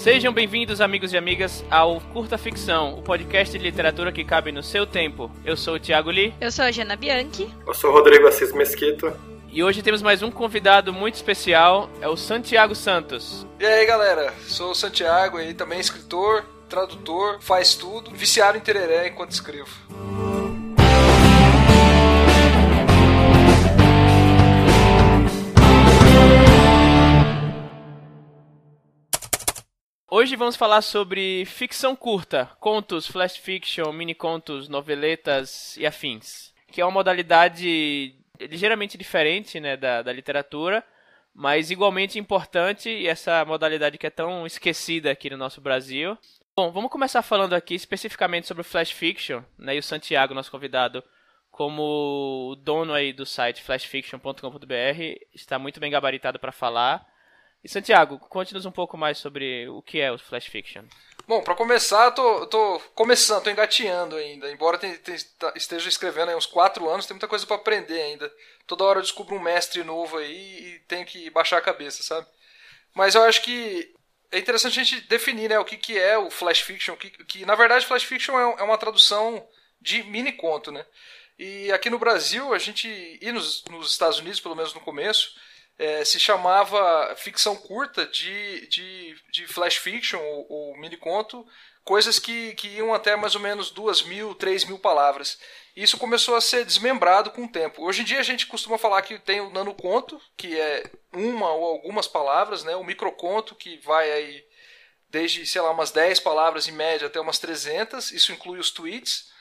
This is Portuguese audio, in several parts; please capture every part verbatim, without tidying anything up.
Sejam bem-vindos, amigos e amigas, ao Curta Ficção, o podcast de literatura que cabe no seu tempo. Eu sou o Thiago Lee. Eu sou a Jana Bianchi. Eu sou o Rodrigo Assis Mesquita. E hoje temos mais um convidado muito especial, é o Santiago Santos. E aí, galera, sou o Santiago, aí também escritor, tradutor, faz tudo, viciado em tereré enquanto escrevo. Hoje vamos falar sobre ficção curta, contos, flash fiction, mini contos, noveletas e afins, que é uma modalidade ligeiramente diferente, né, da, da literatura, mas igualmente importante, e essa modalidade que é tão esquecida aqui no nosso Brasil. Bom, vamos começar falando aqui especificamente sobre o flash fiction, né, e o Santiago, nosso convidado, como o dono aí do site flash fiction ponto com ponto b r, está muito bem gabaritado para falar. E Santiago, conte-nos um pouco mais sobre o que é o flash fiction. Bom, para começar, eu tô, tô começando, tô engateando ainda. Embora te, te, esteja escrevendo há uns quatro anos, tem muita coisa para aprender ainda. Toda hora eu descubro um mestre novo aí e tenho que baixar a cabeça, sabe? Mas eu acho que é interessante a gente definir, né, o que, que é o flash fiction, que, que na verdade flash fiction é, é uma tradução de mini conto, né? E aqui no Brasil, a gente, e nos, nos Estados Unidos, pelo menos no começo, É, se chamava ficção curta de, de, de flash fiction ou, ou mini conto, coisas que, que iam até mais ou menos duas mil, três mil palavras. E isso começou a ser desmembrado com o tempo. Hoje em dia a gente costuma falar que tem o nanoconto, que é uma ou algumas palavras, né? O microconto, que vai aí desde, sei lá, umas dez palavras em média até umas trezentas, isso inclui os tweets.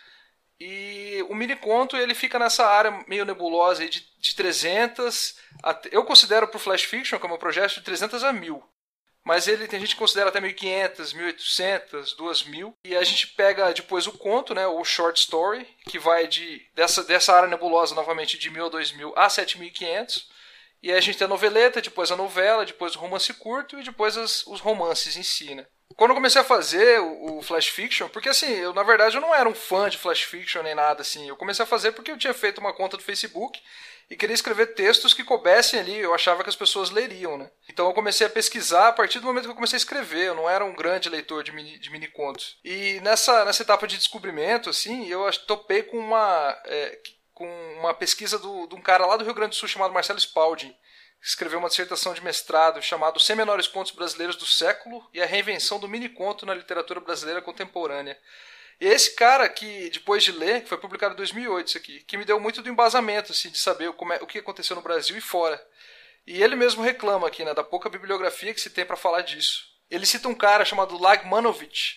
E o mini-conto, ele fica nessa área meio nebulosa aí de, de trezentas, até, eu considero para o Flash Fiction, que é um projeto de trezentas a mil. Mas ele tem gente que considera até mil e quinhentas, mil e oitocentas, duas mil. E a gente pega depois o conto, né, o short story, que vai de, dessa, dessa área nebulosa novamente de mil a dois mil a sete mil e quinhentos. E aí a gente tem a noveleta, depois a novela, depois o romance curto e depois as, os romances em si, né? Quando eu comecei a fazer o, o Flash Fiction, porque assim, eu na verdade eu não era um fã de Flash Fiction nem nada assim, eu comecei a fazer porque eu tinha feito uma conta do Facebook e queria escrever textos que coubessem ali, eu achava que as pessoas leriam, né? Então eu comecei a pesquisar a partir do momento que eu comecei a escrever, eu não era um grande leitor de mini, de mini contos. E nessa, nessa etapa de descobrimento, assim, eu topei com uma, é, com uma pesquisa do, de um cara lá do Rio Grande do Sul chamado Marcelo Spalding, escreveu uma dissertação de mestrado chamado cem Menores Contos Brasileiros do Século e a Reinvenção do Mini-Conto na Literatura Brasileira Contemporânea. E esse cara que, depois de ler, que foi publicado em dois mil e oito isso aqui, que me deu muito do embasamento assim, de saber como é, o que aconteceu no Brasil e fora. E ele mesmo reclama aqui, né, da pouca bibliografia que se tem para falar disso. Ele cita um cara chamado Lagmanovich,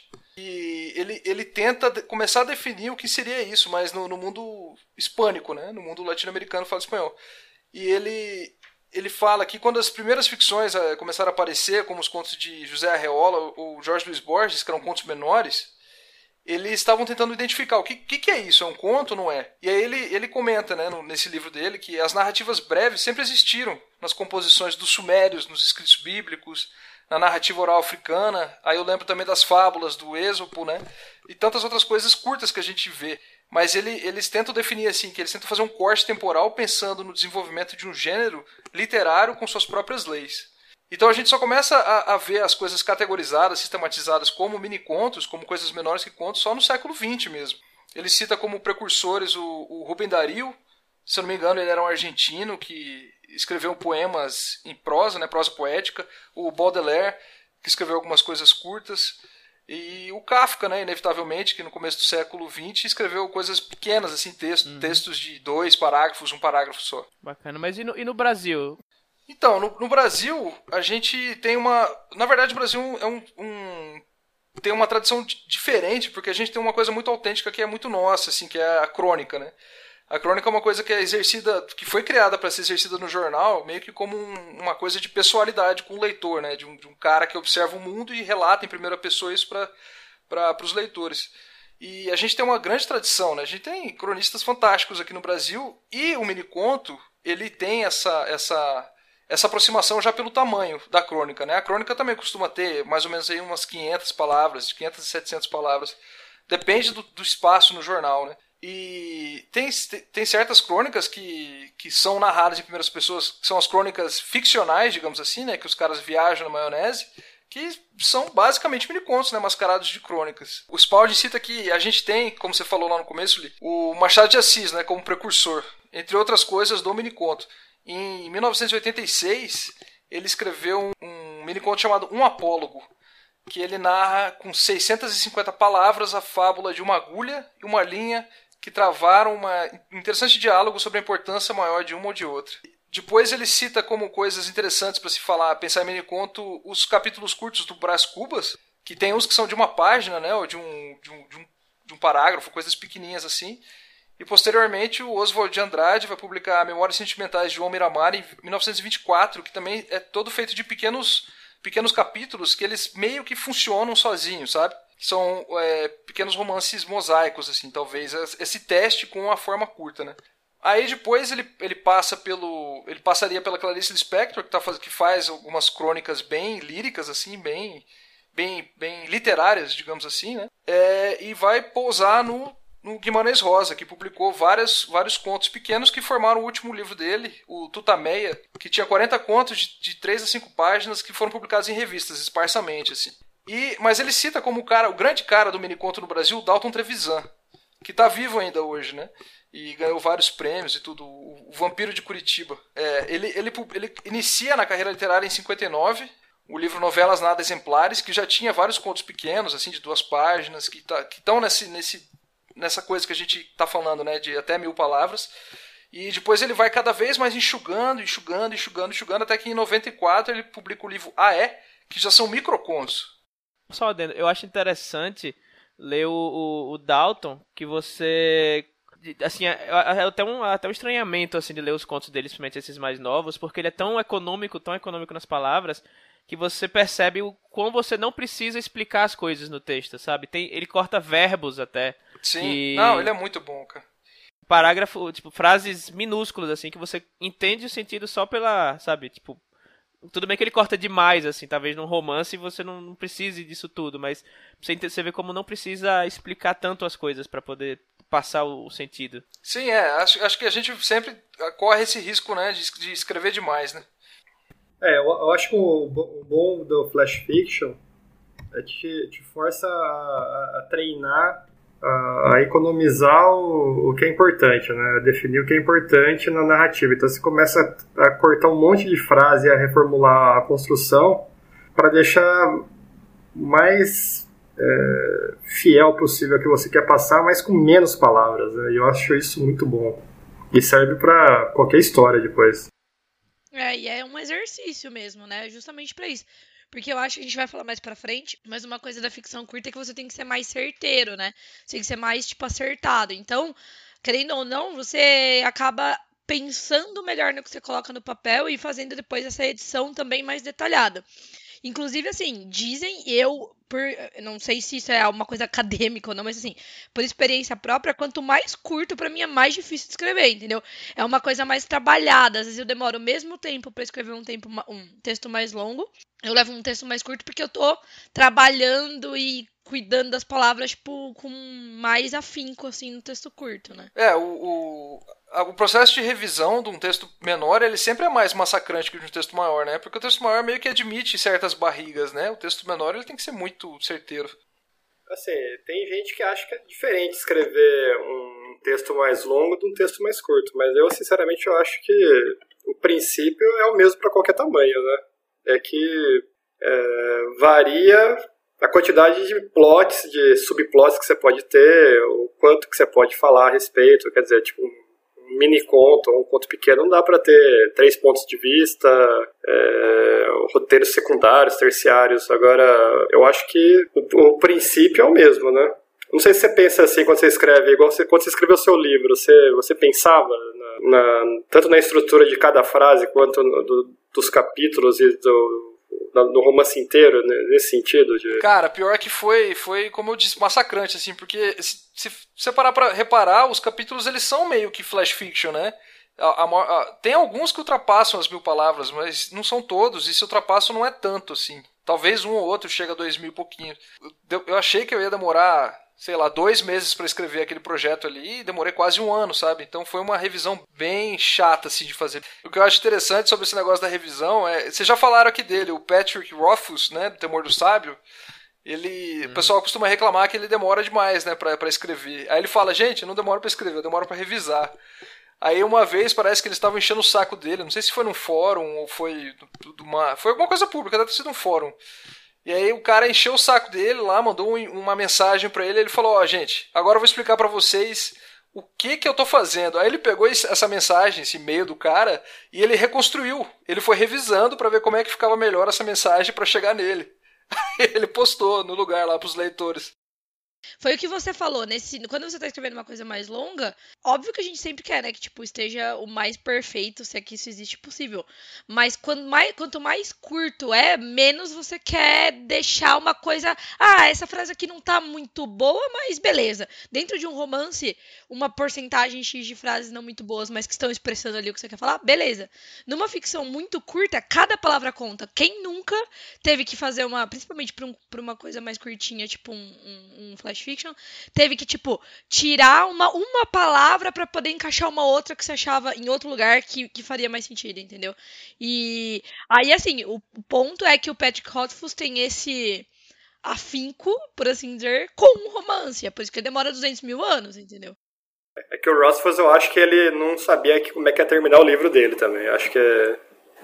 e ele, ele tenta de, começar a definir o que seria isso, mas no, no mundo hispânico, né, no mundo latino-americano fala espanhol. E ele... Ele fala que quando as primeiras ficções uh, começaram a aparecer, como os contos de José Arreola ou Jorge Luiz Borges, que eram contos menores, eles estavam tentando identificar o que, que, que é isso, é um conto ou não é? E aí ele, ele comenta, né, no, nesse livro dele, que as narrativas breves sempre existiram nas composições dos sumérios, nos escritos bíblicos, na narrativa oral africana. Aí eu lembro também das fábulas do Êxopo, né, e tantas outras coisas curtas que a gente vê. Mas ele, eles tentam definir assim, que eles tentam fazer um corte temporal pensando no desenvolvimento de um gênero literário com suas próprias leis. Então a gente só começa a, a ver as coisas categorizadas, sistematizadas como mini-contos, como coisas menores que contos, só no século vinte mesmo. Ele cita como precursores o, o Rubem Darío, se eu não me engano ele era um argentino que escreveu poemas em prosa, né, prosa poética, o Baudelaire, que escreveu algumas coisas curtas, e o Kafka, né, inevitavelmente, que no começo do século vinte escreveu coisas pequenas, assim, texto, uhum. textos de dois parágrafos, um parágrafo só. Bacana, mas e no, e no Brasil? Então, no, no Brasil, a gente tem uma... Na verdade, o Brasil é um, um, tem uma tradição diferente, porque a gente tem uma coisa muito autêntica que é muito nossa, assim, que é a crônica, né? A crônica é uma coisa que é exercida, que foi criada para ser exercida no jornal, meio que como um, uma coisa de pessoalidade com o leitor, né? De um, de um cara que observa o mundo e relata em primeira pessoa isso para os leitores. E a gente tem uma grande tradição, né? A gente tem cronistas fantásticos aqui no Brasil e o mini-conto, ele tem essa, essa, essa aproximação já pelo tamanho da crônica, né? A crônica também costuma ter mais ou menos aí umas quinhentas palavras, de quinhentas a setecentas palavras. Depende do, do espaço no jornal, né? E tem, tem certas crônicas que, que são narradas em primeiras pessoas, que são as crônicas ficcionais, digamos assim, né, que os caras viajam na maionese, que são basicamente minicontos, né, mascarados de crônicas. O Spalding cita que a gente tem, como você falou lá no começo, Lee, o Machado de Assis, né, como precursor, entre outras coisas, do miniconto. Em mil novecentos e oitenta e seis, ele escreveu um, um miniconto chamado Um Apólogo, que ele narra com seiscentas e cinquenta palavras a fábula de uma agulha e uma linha que travaram uma, um interessante diálogo sobre a importância maior de uma ou de outra. Depois ele cita como coisas interessantes para se falar, pensar em miniconto, os capítulos curtos do Brás Cubas, que tem uns que são de uma página, né, ou de um, de um, de um, de um parágrafo, coisas pequenininhas assim. E posteriormente o Oswald de Andrade vai publicar Memórias Sentimentais de João Miramar em mil novecentos e vinte e quatro, que também é todo feito de pequenos, pequenos capítulos que eles meio que funcionam sozinhos, sabe? São é, pequenos romances mosaicos, assim, talvez, esse teste com a forma curta, né? Aí depois ele, ele passa pelo. Ele passaria pela Clarice Lispector, que, tá faz, que faz algumas crônicas bem líricas, assim, bem, bem, bem literárias, digamos assim, né? É, e vai pousar no, no Guimarães Rosa, que publicou várias, vários contos pequenos que formaram o último livro dele, o Tutameia, que tinha quarenta contos de, de três a cinco páginas que foram publicados em revistas, esparsamente, assim. E, mas ele cita como o, cara, o grande cara do miniconto no Brasil, o Dalton Trevisan, que está vivo ainda hoje, né? E ganhou vários prêmios e tudo, o Vampiro de Curitiba. É, ele, ele, ele inicia na carreira literária em cinquenta e nove, o livro Novelas Nada Exemplares, que já tinha vários contos pequenos, assim, de duas páginas, que tá, estão nesse, nesse, nessa coisa que a gente está falando, né, de até mil palavras. E depois ele vai cada vez mais enxugando, enxugando, enxugando, enxugando, até que em noventa e quatro ele publica o livro A E, que já são microcontos. Só adendo, eu acho interessante ler o, o, o Dalton, que você... Assim, é, é até, um, até um estranhamento assim, de ler os contos dele, principalmente esses mais novos, porque ele é tão econômico, tão econômico nas palavras, que você percebe o quão você não precisa explicar as coisas no texto, sabe? Tem, ele corta verbos até. Sim, que... não, ele é muito bom, cara. Parágrafo, tipo, frases minúsculas, assim, que você entende o sentido só pela, sabe, tipo... Tudo bem que ele corta demais, assim, talvez num romance você não, não precise disso tudo, mas você, você vê como não precisa explicar tanto as coisas para poder passar o, o sentido. Sim, é, acho, acho que a gente sempre corre esse risco, né, de, de escrever demais, né? É, eu, eu acho que o, o bom do Flash Fiction é que te, te força a, a, a treinar, a, a economizar o, o que é importante, né? A definir o que é importante na narrativa. Então você começa a, a cortar um monte de frase e a reformular a construção para deixar mais é, fiel possível ao que você quer passar, mas com menos palavras, né? E eu acho isso muito bom. E serve para qualquer história depois. É, e é um exercício mesmo, né? Justamente pra isso. Porque eu acho que a gente vai falar mais pra frente, mas uma coisa da ficção curta é que você tem que ser mais certeiro, né? Você tem que ser mais, tipo, acertado. Então, querendo ou não, você acaba pensando melhor no que você coloca no papel e fazendo depois essa edição também mais detalhada. Inclusive, assim, dizem, eu, por, não sei se isso é uma coisa acadêmica ou não, mas assim, por experiência própria, quanto mais curto, pra mim é mais difícil de escrever, entendeu? É uma coisa mais trabalhada, às vezes eu demoro o mesmo tempo pra escrever um, tempo, um texto mais longo, eu levo um texto mais curto porque eu tô trabalhando e cuidando das palavras, tipo, com mais afinco, assim, no texto curto, né? É, o... o... O processo de revisão de um texto menor, ele sempre é mais massacrante que o de um texto maior, né? Porque o texto maior meio que admite certas barrigas, né? O texto menor, ele tem que ser muito certeiro. Assim, tem gente que acha que é diferente escrever um texto mais longo de um texto mais curto, mas eu, sinceramente, eu acho que o princípio é o mesmo para qualquer tamanho, né? É que é, varia a quantidade de plots, de subplots que você pode ter, o quanto que você pode falar a respeito, quer dizer, tipo... mini conto ou um conto pequeno, não dá para ter três pontos de vista, é, roteiros secundários, terciários. Agora, eu acho que o, o princípio é o mesmo, né? Não sei se você pensa assim quando você escreve, igual você, quando você escreveu o seu livro, você, você pensava na, na, tanto na estrutura de cada frase quanto no, do, dos capítulos e do... no romance inteiro, né, nesse sentido? De... Cara, pior que foi, foi, como eu disse, massacrante, assim, porque se, se você parar pra reparar, os capítulos, eles são meio que flash fiction, né? A, a, a, tem alguns que ultrapassam as mil palavras, mas não são todos, e se ultrapassam não é tanto, assim. Talvez um ou outro chega a dois mil e pouquinho. Eu, eu achei que eu ia demorar sei lá, dois meses para escrever aquele projeto ali e demorei quase um ano, sabe? Então foi uma revisão bem chata, assim, de fazer. O que eu acho interessante sobre esse negócio da revisão é... Vocês já falaram aqui dele, o Patrick Rothfuss, né, do Temor do Sábio. Ele... Hum. O pessoal costuma reclamar que ele demora demais, né, pra, pra escrever. Aí ele fala, gente, eu não demoro pra escrever, eu demoro pra revisar. Aí uma vez parece que eles estavam enchendo o saco dele, não sei se foi num fórum ou foi... Uma... Foi alguma coisa pública, deve ter sido um fórum. E aí o cara encheu o saco dele lá, mandou um, uma mensagem pra ele, ele falou, ó, oh, gente, agora eu vou explicar pra vocês o que que eu tô fazendo. Aí ele pegou essa mensagem, esse e-mail do cara, e ele reconstruiu. Ele foi revisando pra ver como é que ficava melhor essa mensagem pra chegar nele. Ele postou no lugar lá pros leitores. Foi o que você falou, nesse, quando você tá escrevendo uma coisa mais longa, óbvio que a gente sempre quer, né, que tipo, esteja o mais perfeito, se é que isso existe possível. Mas quando mais, quanto mais curto é, menos você quer deixar uma coisa, ah, essa frase aqui não tá muito boa, mas beleza. Dentro de um romance, uma porcentagem X de frases não muito boas, mas que estão expressando ali o que você quer falar, beleza. Numa ficção muito curta, cada palavra conta. Quem nunca teve que fazer uma, principalmente pra, um, pra uma coisa mais curtinha, tipo um, um, um flash fiction, teve que, tipo, tirar uma, uma palavra pra poder encaixar uma outra que você achava em outro lugar que, que faria mais sentido, entendeu? E aí, assim, o ponto é que o Patrick Rothfuss tem esse afinco, por assim dizer, com um romance. É por isso que demora duzentos mil anos, entendeu? É que o Rothfuss, eu acho que ele não sabia que, como é que ia terminar o livro dele também. Eu acho que é...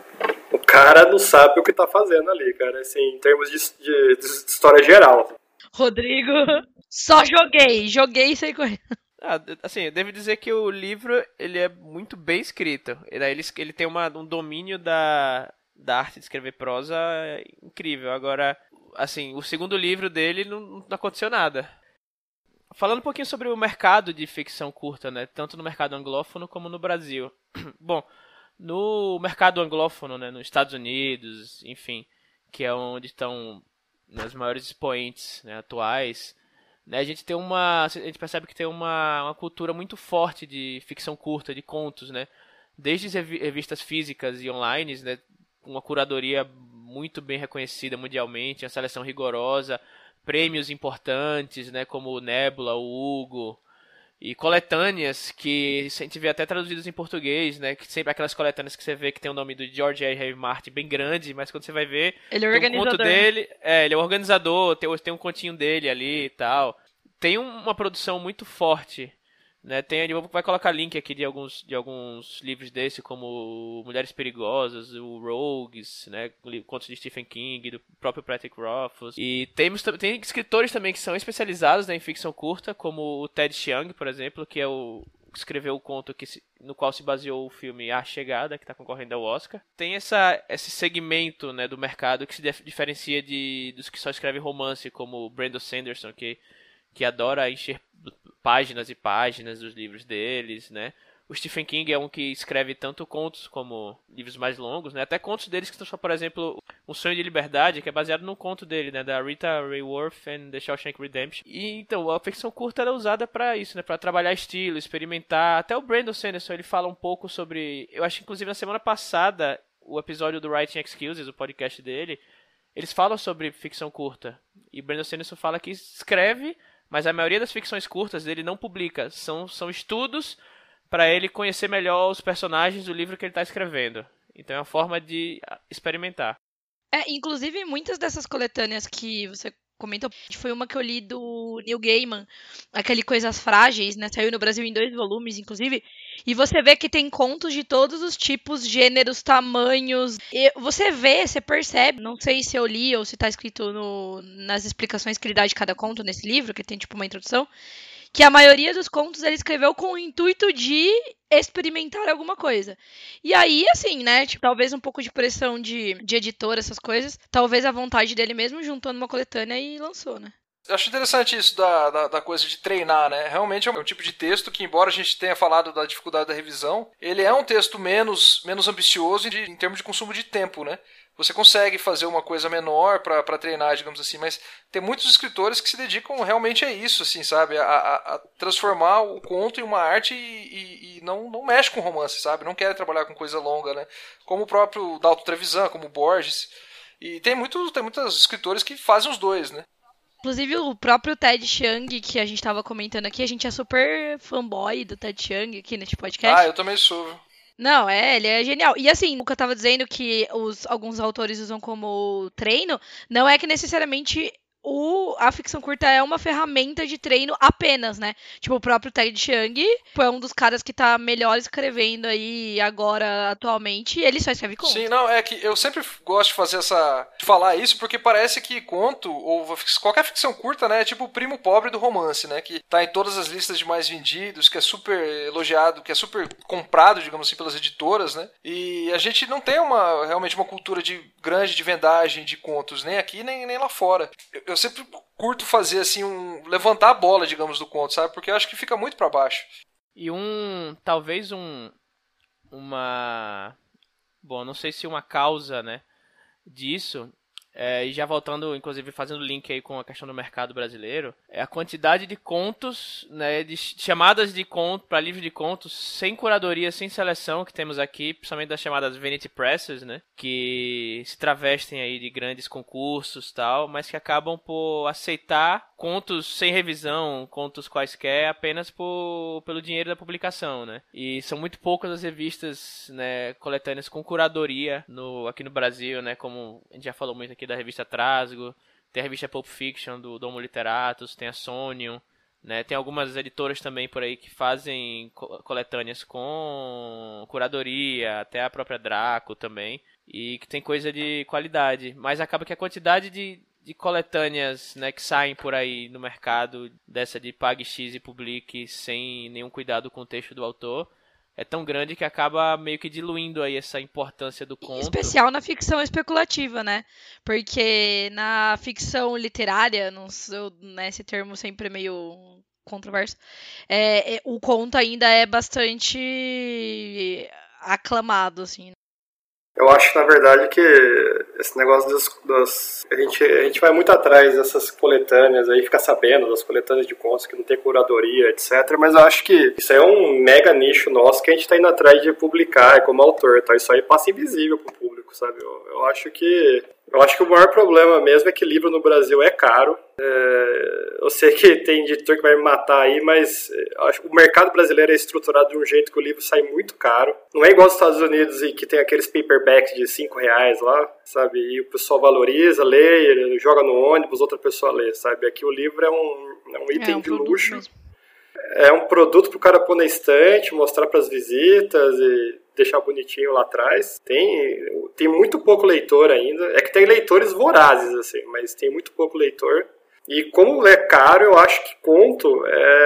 o cara não sabe o que tá fazendo ali, cara, assim, em termos de, de, de história geral. Rodrigo, só joguei, joguei e saí correndo. Ah, assim, eu devo dizer que o livro, ele é muito bem escrito. Ele, ele tem uma, um domínio da, da arte de escrever prosa incrível. Agora, assim, o segundo livro dele não, não aconteceu nada. Falando um pouquinho sobre o mercado de ficção curta, né? Tanto no mercado anglófono como no Brasil. Bom, no mercado anglófono, né, nos Estados Unidos, enfim, que é onde estão os maiores expoentes, né, atuais, né, a gente tem uma, a gente percebe que tem uma, uma cultura muito forte de ficção curta, de contos, né, desde as revistas físicas e online, né, uma curadoria muito bem reconhecida mundialmente, uma seleção rigorosa, prêmios importantes, né, como o Nebula, o Hugo, e coletâneas que a gente vê até traduzidas em português, né? Que sempre aquelas coletâneas que você vê que tem o nome do George R R. Martin bem grande, mas quando você vai ver, ele é tem um conto dele, é, ele é o organizador, tem, tem um continho dele ali e tal. Tem uma produção muito forte, né? Tem, ele vai colocar link aqui de alguns, de alguns livros desse, como Mulheres Perigosas, o Rogues, né? Contos de Stephen King, do próprio Patrick Rothfuss. E temos, tem escritores também que são especializados, né, em ficção curta, como o Ted Chiang, por exemplo, que é o que escreveu o conto que se, no qual se baseou o filme A Chegada, que está concorrendo ao Oscar. Tem essa, esse segmento, né, do mercado que se dif- diferencia de, dos que só escrevem romance, como o Brandon Sanderson, que que adora encher páginas e páginas dos livros deles, né? O Stephen King é um que escreve tanto contos como livros mais longos, né? Até contos deles que são, por exemplo, Um Sonho de Liberdade, que é baseado num conto dele, né? Da Rita Hayworth and The Shawshank Redemption. E então a ficção curta era usada para isso, né? Para trabalhar estilo, experimentar. Até o Brandon Sanderson, ele fala um pouco sobre... Eu acho que inclusive na semana passada, o episódio do Writing Excuses, o podcast dele, eles falam sobre ficção curta. E o Brandon Sanderson fala que escreve, mas a maioria das ficções curtas dele não publica. São, são estudos para ele conhecer melhor os personagens do livro que ele está escrevendo. Então é uma forma de experimentar. É, inclusive, muitas dessas coletâneas que você comentou, foi uma que eu li do Neil Gaiman, aquele Coisas Frágeis, né? Saiu no Brasil em dois volumes, inclusive. E você vê que tem contos de todos os tipos, gêneros, tamanhos. E você vê, você percebe, não sei se eu li ou se tá escrito no, nas explicações que ele dá de cada conto nesse livro, que tem tipo uma introdução, que a maioria dos contos ele escreveu com o intuito de experimentar alguma coisa. E aí, assim, né, tipo, talvez um pouco de pressão de, de editor, essas coisas, talvez a vontade dele mesmo juntou numa coletânea e lançou, né? Eu acho interessante isso da, da, da coisa de treinar, né? Realmente é um tipo de texto que, embora a gente tenha falado da dificuldade da revisão, ele é um texto menos, menos ambicioso em, em termos de consumo de tempo, né? Você consegue fazer uma coisa menor para treinar, digamos assim, mas tem muitos escritores que se dedicam realmente a isso, assim, sabe? A, a, a transformar o conto em uma arte e, e, e não, não mexe com romance, sabe? Não quer trabalhar com coisa longa, né? Como o próprio Dalton Trevisan, como o Borges. E tem, muito, tem muitos escritores que fazem os dois, né? Inclusive, o próprio Ted Chiang, que a gente tava comentando aqui, a gente é super fanboy do Ted Chiang aqui neste podcast. Ah, eu também sou. Não, é, ele é genial. E assim, o que eu tava dizendo que os, alguns autores usam como treino, não é que necessariamente o, a ficção curta é uma ferramenta de treino apenas, né? Tipo, o próprio Ted Chiang é um dos caras que tá melhor escrevendo aí agora, atualmente, e ele só escreve conto. Sim, não, é que eu sempre gosto de fazer essa... de falar isso, porque parece que conto, ou qualquer ficção curta, né, é tipo o primo pobre do romance, né, que tá em todas as listas de mais vendidos, que é super elogiado, que é super comprado, digamos assim, pelas editoras, né, e a gente não tem uma, realmente uma cultura de grande de vendagem de contos, nem aqui, nem, nem lá fora. Eu, eu sempre curto fazer, assim, um... levantar a bola, digamos, do conto, sabe, porque eu acho que fica muito pra baixo. E um... talvez um... uma... bom, não sei se uma causa, né, disso, é, e já voltando, inclusive fazendo link aí com a questão do mercado brasileiro, é a quantidade de contos, né, de chamadas de conto para livro de contos sem curadoria, sem seleção que temos aqui, principalmente das chamadas Vanity Presses, né, que se travestem aí de grandes concursos, tal, mas que acabam por aceitar contos sem revisão, contos quaisquer, apenas por, pelo dinheiro da publicação, né? E são muito poucas as revistas, né, coletâneas com curadoria no, aqui no Brasil, né? Como a gente já falou muito aqui da revista Trasgo, tem a revista Pulp Fiction do Domo Literatus, tem a Sonium, né? Tem algumas editoras também por aí que fazem coletâneas com curadoria, até a própria Draco também, e que tem coisa de qualidade, mas acaba que a quantidade de de coletâneas, né, que saem por aí no mercado, dessa de pague X e publique sem nenhum cuidado com o texto do autor, é tão grande que acaba meio que diluindo aí essa importância do conto. Em especial na ficção especulativa, né? Porque na ficção literária, não sei, né, esse termo sempre é meio controverso, é, é, o conto ainda é bastante aclamado, assim. Eu acho, na verdade, que esse negócio dos... dos a, gente, a gente vai muito atrás dessas coletâneas aí, fica sabendo das coletâneas de contos que não tem curadoria, etcétera. Mas eu acho que isso aí é um mega nicho nosso que a gente está indo atrás de publicar como autor, tá? Isso aí passa invisível pro público, sabe? Eu, eu acho que... Eu acho que o maior problema mesmo é que livro no Brasil é caro. É, eu sei que tem editor que vai me matar aí, mas eu acho que o mercado brasileiro é estruturado de um jeito que o livro sai muito caro. Não é igual aos Estados Unidos e que tem aqueles paperbacks de cinco reais lá, sabe? E o pessoal valoriza, lê, joga no ônibus, outra pessoa lê, sabe? Aqui o livro é um, é um item é um de luxo. Mesmo. É um produto pro cara pôr na estante, mostrar pras visitas e deixar bonitinho lá atrás. Tem, tem muito pouco leitor ainda. É que tem leitores vorazes, assim, mas tem muito pouco leitor. E como é caro, eu acho que conto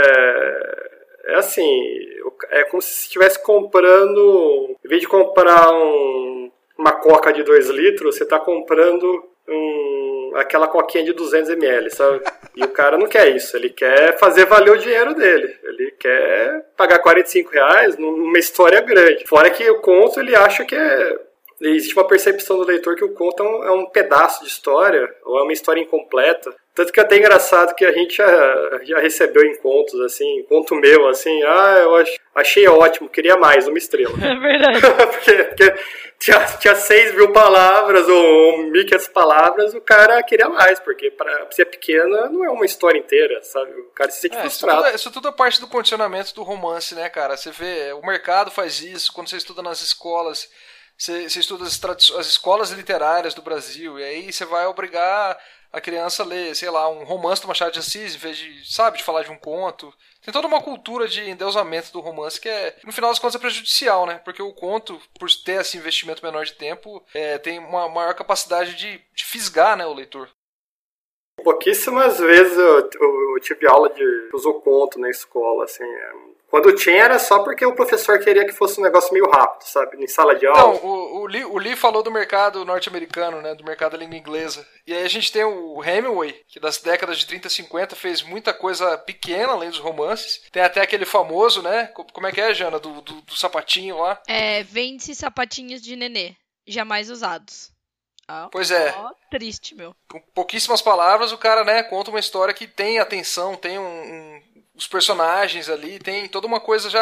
é, é assim, é como se estivesse comprando, em vez de comprar um, uma coca de dois litros, você está comprando um, aquela coquinha de duzentos mililitros, sabe? E o cara não quer isso, ele quer fazer valer o dinheiro dele. Ele quer pagar quarenta e cinco reais numa história grande. Fora que o conto, ele acha que é... Existe uma percepção do leitor que o conto é um, é um pedaço de história, ou é uma história incompleta. Tanto que é até engraçado que a gente já, já recebeu em contos, assim, conto meu, assim, ah, eu ach, achei ótimo, queria mais, uma estrela. É verdade. porque porque tinha, tinha seis mil palavras, ou mil e quinhentas palavras, o cara queria mais, porque pra ser pequena não é uma história inteira, sabe? O cara se sente é, frustrado. Isso tudo, isso tudo é parte do condicionamento do romance, né, cara? Você vê, o mercado faz isso, quando você estuda nas escolas... Você, você estuda as, as escolas literárias do Brasil, e aí você vai obrigar a criança a ler, sei lá, um romance do Machado de Assis, em vez de, sabe, de falar de um conto. Tem toda uma cultura de endeusamento do romance que é, no final das contas, é prejudicial, né? Porque o conto, por ter esse investimento menor de tempo, é, tem uma maior capacidade de, de fisgar, né, o leitor. Pouquíssimas vezes eu, eu, eu tive aula de usou conto na escola, assim. Quando tinha era só porque o professor queria que fosse um negócio meio rápido, sabe? Em sala de aula. Então, o, o, Lee, o Lee falou do mercado norte-americano, né? Do mercado da língua inglesa. E aí a gente tem o Hemingway, que das décadas de trinta e cinquenta fez muita coisa pequena, além dos romances. Tem até aquele famoso, né? Como é que é, Jana? Do, do, do sapatinho lá. É, vende-se sapatinhos de nenê, jamais usados. Oh, pois é. Oh, triste, meu. Com pouquíssimas palavras, o cara, né, conta uma história que tem atenção, tem um, um, os personagens ali, tem toda uma coisa já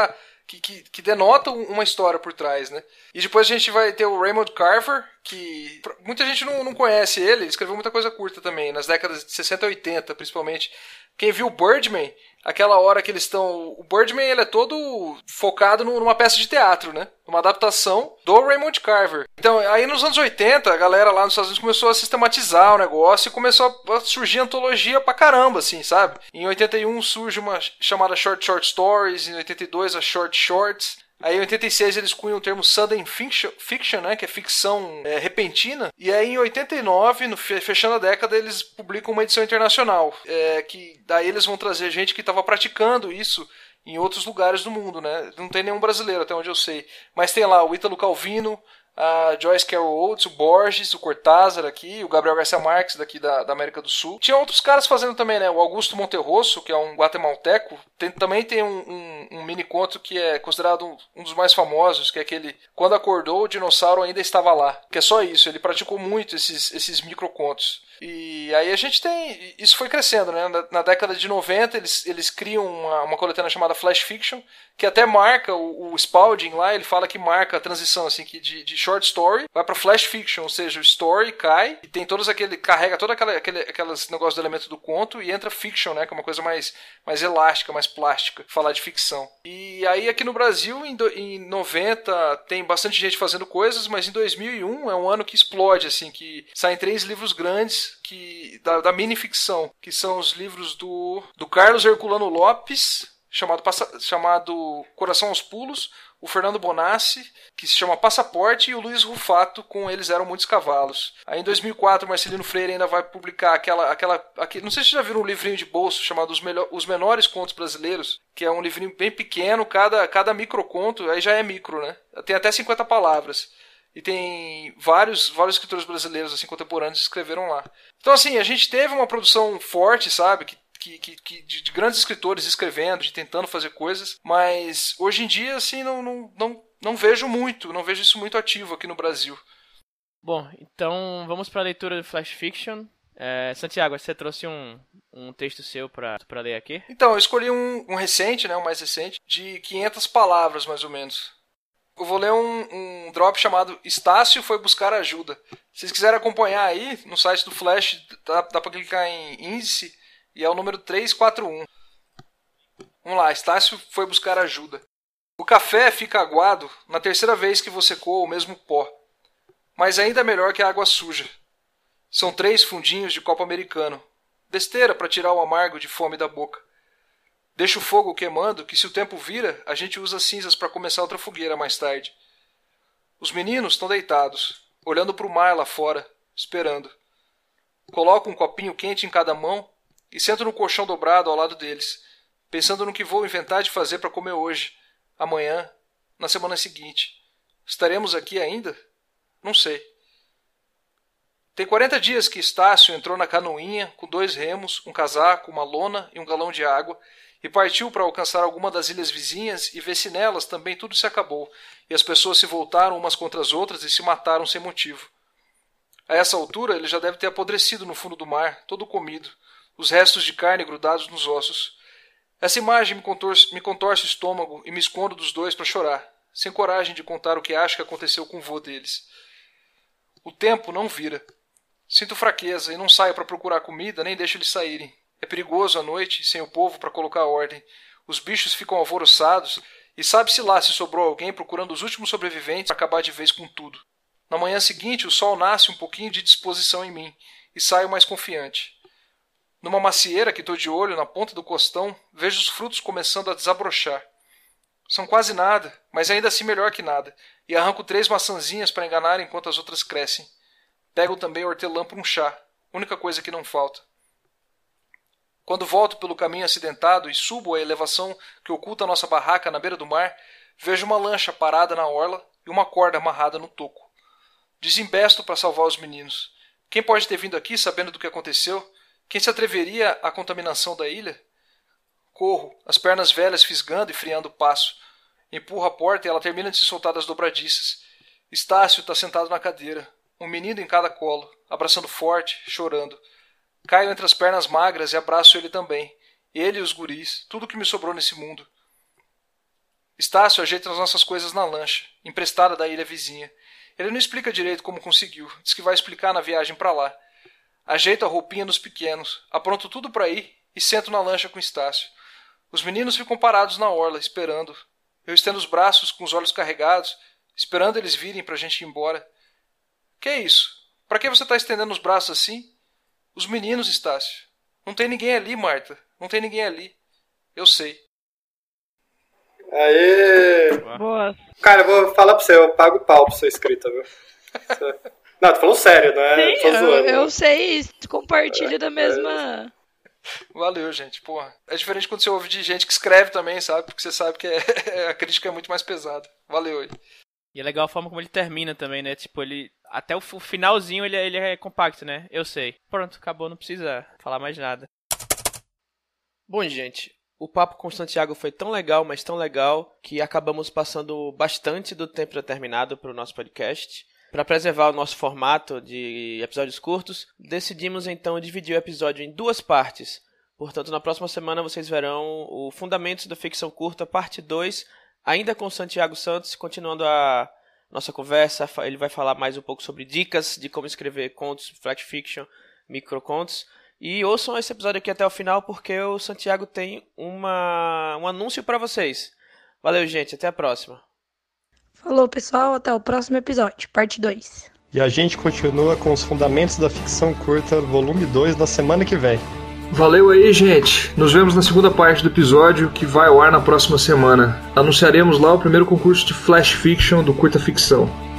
que, que, que denotam uma história por trás, né? E depois a gente vai ter o Raymond Carver, que muita gente não, não conhece ele, ele escreveu muita coisa curta também, nas décadas de sessenta e oitenta, principalmente. Quem viu Birdman, aquela hora que eles estão... O Birdman, ele é todo focado numa peça de teatro, né? Uma adaptação do Raymond Carver. Então, aí nos anos oitenta, a galera lá nos Estados Unidos começou a sistematizar o negócio e começou a surgir antologia pra caramba, assim, sabe? Em oitenta e um surge uma chamada Short Short Stories, em oitenta e dois a Short Shorts. Aí em oitenta e seis eles cunham o termo Sudden Fiction, fiction, né, que é ficção é, repentina. E aí em oitenta e nove, no, fechando a década, eles publicam uma edição internacional. É, que daí eles vão trazer gente que estava praticando isso em outros lugares do mundo, né? Não tem nenhum brasileiro, até onde eu sei. Mas tem lá o Ítalo Calvino, a Joyce Carol Oates, o Borges, o Cortázar aqui, o Gabriel Garcia Marques daqui da, da América do Sul. Tinha outros caras fazendo também, né? O Augusto Monterroso, que é um guatemalteco, tem, também tem um, um, um mini conto que é considerado um, um dos mais famosos, que é aquele Quando Acordou, o Dinossauro Ainda Estava Lá. Que é só isso, ele praticou muito esses, esses microcontos. E aí a gente tem... Isso foi crescendo, né? Na, na década de noventa, eles, eles criam uma, uma coletânea chamada Flash Fiction, que até marca, o, o Spalding lá, ele fala que marca a transição, assim, que de, de short story vai para Flash Fiction, ou seja, o story cai e tem todos aquele... carrega todo aquela, aquele aqueles negócios do elemento do conto e entra fiction, né? Que é uma coisa mais, mais elástica, mais plástica, falar de ficção. E aí aqui no Brasil, em, do, em noventa, tem bastante gente fazendo coisas, mas em dois mil e um é um ano que explode, assim, que saem três livros grandes que, da, da mini-ficção, que são os livros do, do Carlos Herculano Lopes, chamado, chamado Coração aos Pulos, o Fernando Bonassi, que se chama Passaporte, e o Luiz Rufato, com Eles Eram Muitos Cavalos. Aí em dois mil e quatro, o Marcelino Freire ainda vai publicar aquela... aquela aquele, não sei se vocês já viram um livrinho de bolso chamado Os, Melhor, Os Menores Contos Brasileiros, que é um livrinho bem pequeno, cada, cada microconto, aí já é micro, né? Tem até cinquenta palavras. E tem vários, vários escritores brasileiros assim, contemporâneos que escreveram lá. Então assim, a gente teve uma produção forte, sabe? Que Que, que, que, de, de grandes escritores escrevendo, de tentando fazer coisas, mas hoje em dia assim não, não, não, não vejo muito, não vejo isso muito ativo aqui no Brasil. Bom, então vamos para a leitura do Flash Fiction. É, Santiago, você trouxe um, um texto seu para ler aqui? Então, eu escolhi um, um recente, né, um mais recente, de quinhentas palavras mais ou menos. Eu vou ler um, um drop chamado Estácio Foi Buscar Ajuda. Se vocês quiserem acompanhar aí, no site do Flash, dá, dá para clicar em índice, e é o número trezentos e quarenta e um. Vamos lá, Estácio foi buscar ajuda. O café fica aguado na terceira vez que você coa o mesmo pó. Mas ainda melhor que a água suja. São três fundinhos de copo americano. Besteira para tirar o amargo de fome da boca. Deixa o fogo queimando, que se o tempo vira, a gente usa cinzas para começar outra fogueira mais tarde. Os meninos estão deitados, olhando para o mar lá fora, esperando. Coloco um copinho quente em cada mão e sento no colchão dobrado ao lado deles, pensando no que vou inventar de fazer para comer hoje, amanhã, na semana seguinte. Estaremos aqui ainda? Não sei. Tem quarenta dias que Estácio entrou na canoinha com dois remos, um casaco, uma lona e um galão de água e partiu para alcançar alguma das ilhas vizinhas e ver se nelas também tudo se acabou e as pessoas se voltaram umas contra as outras e se mataram sem motivo. A essa altura ele já deve ter apodrecido no fundo do mar, todo comido, os restos de carne grudados nos ossos. Essa imagem me contorce, me contorce o estômago e me escondo dos dois para chorar, sem coragem de contar o que acho que aconteceu com o vô deles. O tempo não vira. Sinto fraqueza e não saio para procurar comida, nem deixo eles saírem. É perigoso à noite, sem o povo para colocar ordem. Os bichos ficam alvoroçados e sabe-se lá se sobrou alguém procurando os últimos sobreviventes para acabar de vez com tudo. Na manhã seguinte, o sol nasce um pouquinho de disposição em mim e saio mais confiante. Numa macieira que estou de olho na ponta do costão, vejo os frutos começando a desabrochar. São quase nada, mas ainda assim melhor que nada, e arranco três maçãzinhas para enganar enquanto as outras crescem. Pego também hortelã para um chá, única coisa que não falta. Quando volto pelo caminho acidentado e subo a elevação que oculta a nossa barraca na beira do mar, vejo uma lancha parada na orla e uma corda amarrada no toco. Desembesto para salvar os meninos. Quem pode ter vindo aqui sabendo do que aconteceu? Quem se atreveria à contaminação da ilha? Corro, as pernas velhas fisgando e friando o passo. Empurro a porta e ela termina de se soltar das dobradiças. Estácio está sentado na cadeira, um menino em cada colo, abraçando forte, chorando. Caio entre as pernas magras e abraço ele também. Ele e os guris, tudo que me sobrou nesse mundo. Estácio ajeita as nossas coisas na lancha, emprestada da ilha vizinha. Ele não explica direito como conseguiu, diz que vai explicar na viagem pra lá. Ajeito a roupinha nos pequenos, apronto tudo pra ir e sento na lancha com Estácio. Os meninos ficam parados na orla, esperando. Eu estendo os braços com os olhos carregados, esperando eles virem pra gente ir embora. Que é isso? Pra que você tá estendendo os braços assim? Os meninos, Estácio. Não tem ninguém ali, Marta. Não tem ninguém ali. Eu sei. Aê! Boa. Cara, eu vou falar pra você, eu pago pau pra sua escrita, viu? Não, tô falando sério, não é? Sim, tô zoando. eu, eu sei, compartilho é, da mesma... Valeu, gente, porra. É diferente quando você ouve de gente que escreve também, sabe? Porque você sabe que é, a crítica é muito mais pesada. Valeu aí. E é legal a forma como ele termina também, né? Tipo, ele... Até o finalzinho ele, ele é compacto, né? Eu sei. Pronto, acabou, não precisa falar mais nada. Bom, gente, o papo com o Santiago foi tão legal, mas tão legal, que acabamos passando bastante do tempo determinado para o nosso podcast. Para preservar o nosso formato de episódios curtos, decidimos então dividir o episódio em duas partes. Portanto, na próxima semana vocês verão o Fundamentos da Ficção Curta, parte dois, ainda com o Santiago Santos, continuando a nossa conversa. Ele vai falar mais um pouco sobre dicas de como escrever contos, flash fiction, microcontos. E ouçam esse episódio aqui até o final, porque o Santiago tem uma, um anúncio para vocês. Valeu, gente. Até a próxima. Falou, pessoal. Até o próximo episódio, parte dois. E a gente continua com os Fundamentos da Ficção Curta, volume dois, na semana que vem. Valeu aí, gente. Nos vemos na segunda parte do episódio, que vai ao ar na próxima semana. Anunciaremos lá o primeiro concurso de Flash Fiction do Curta Ficção.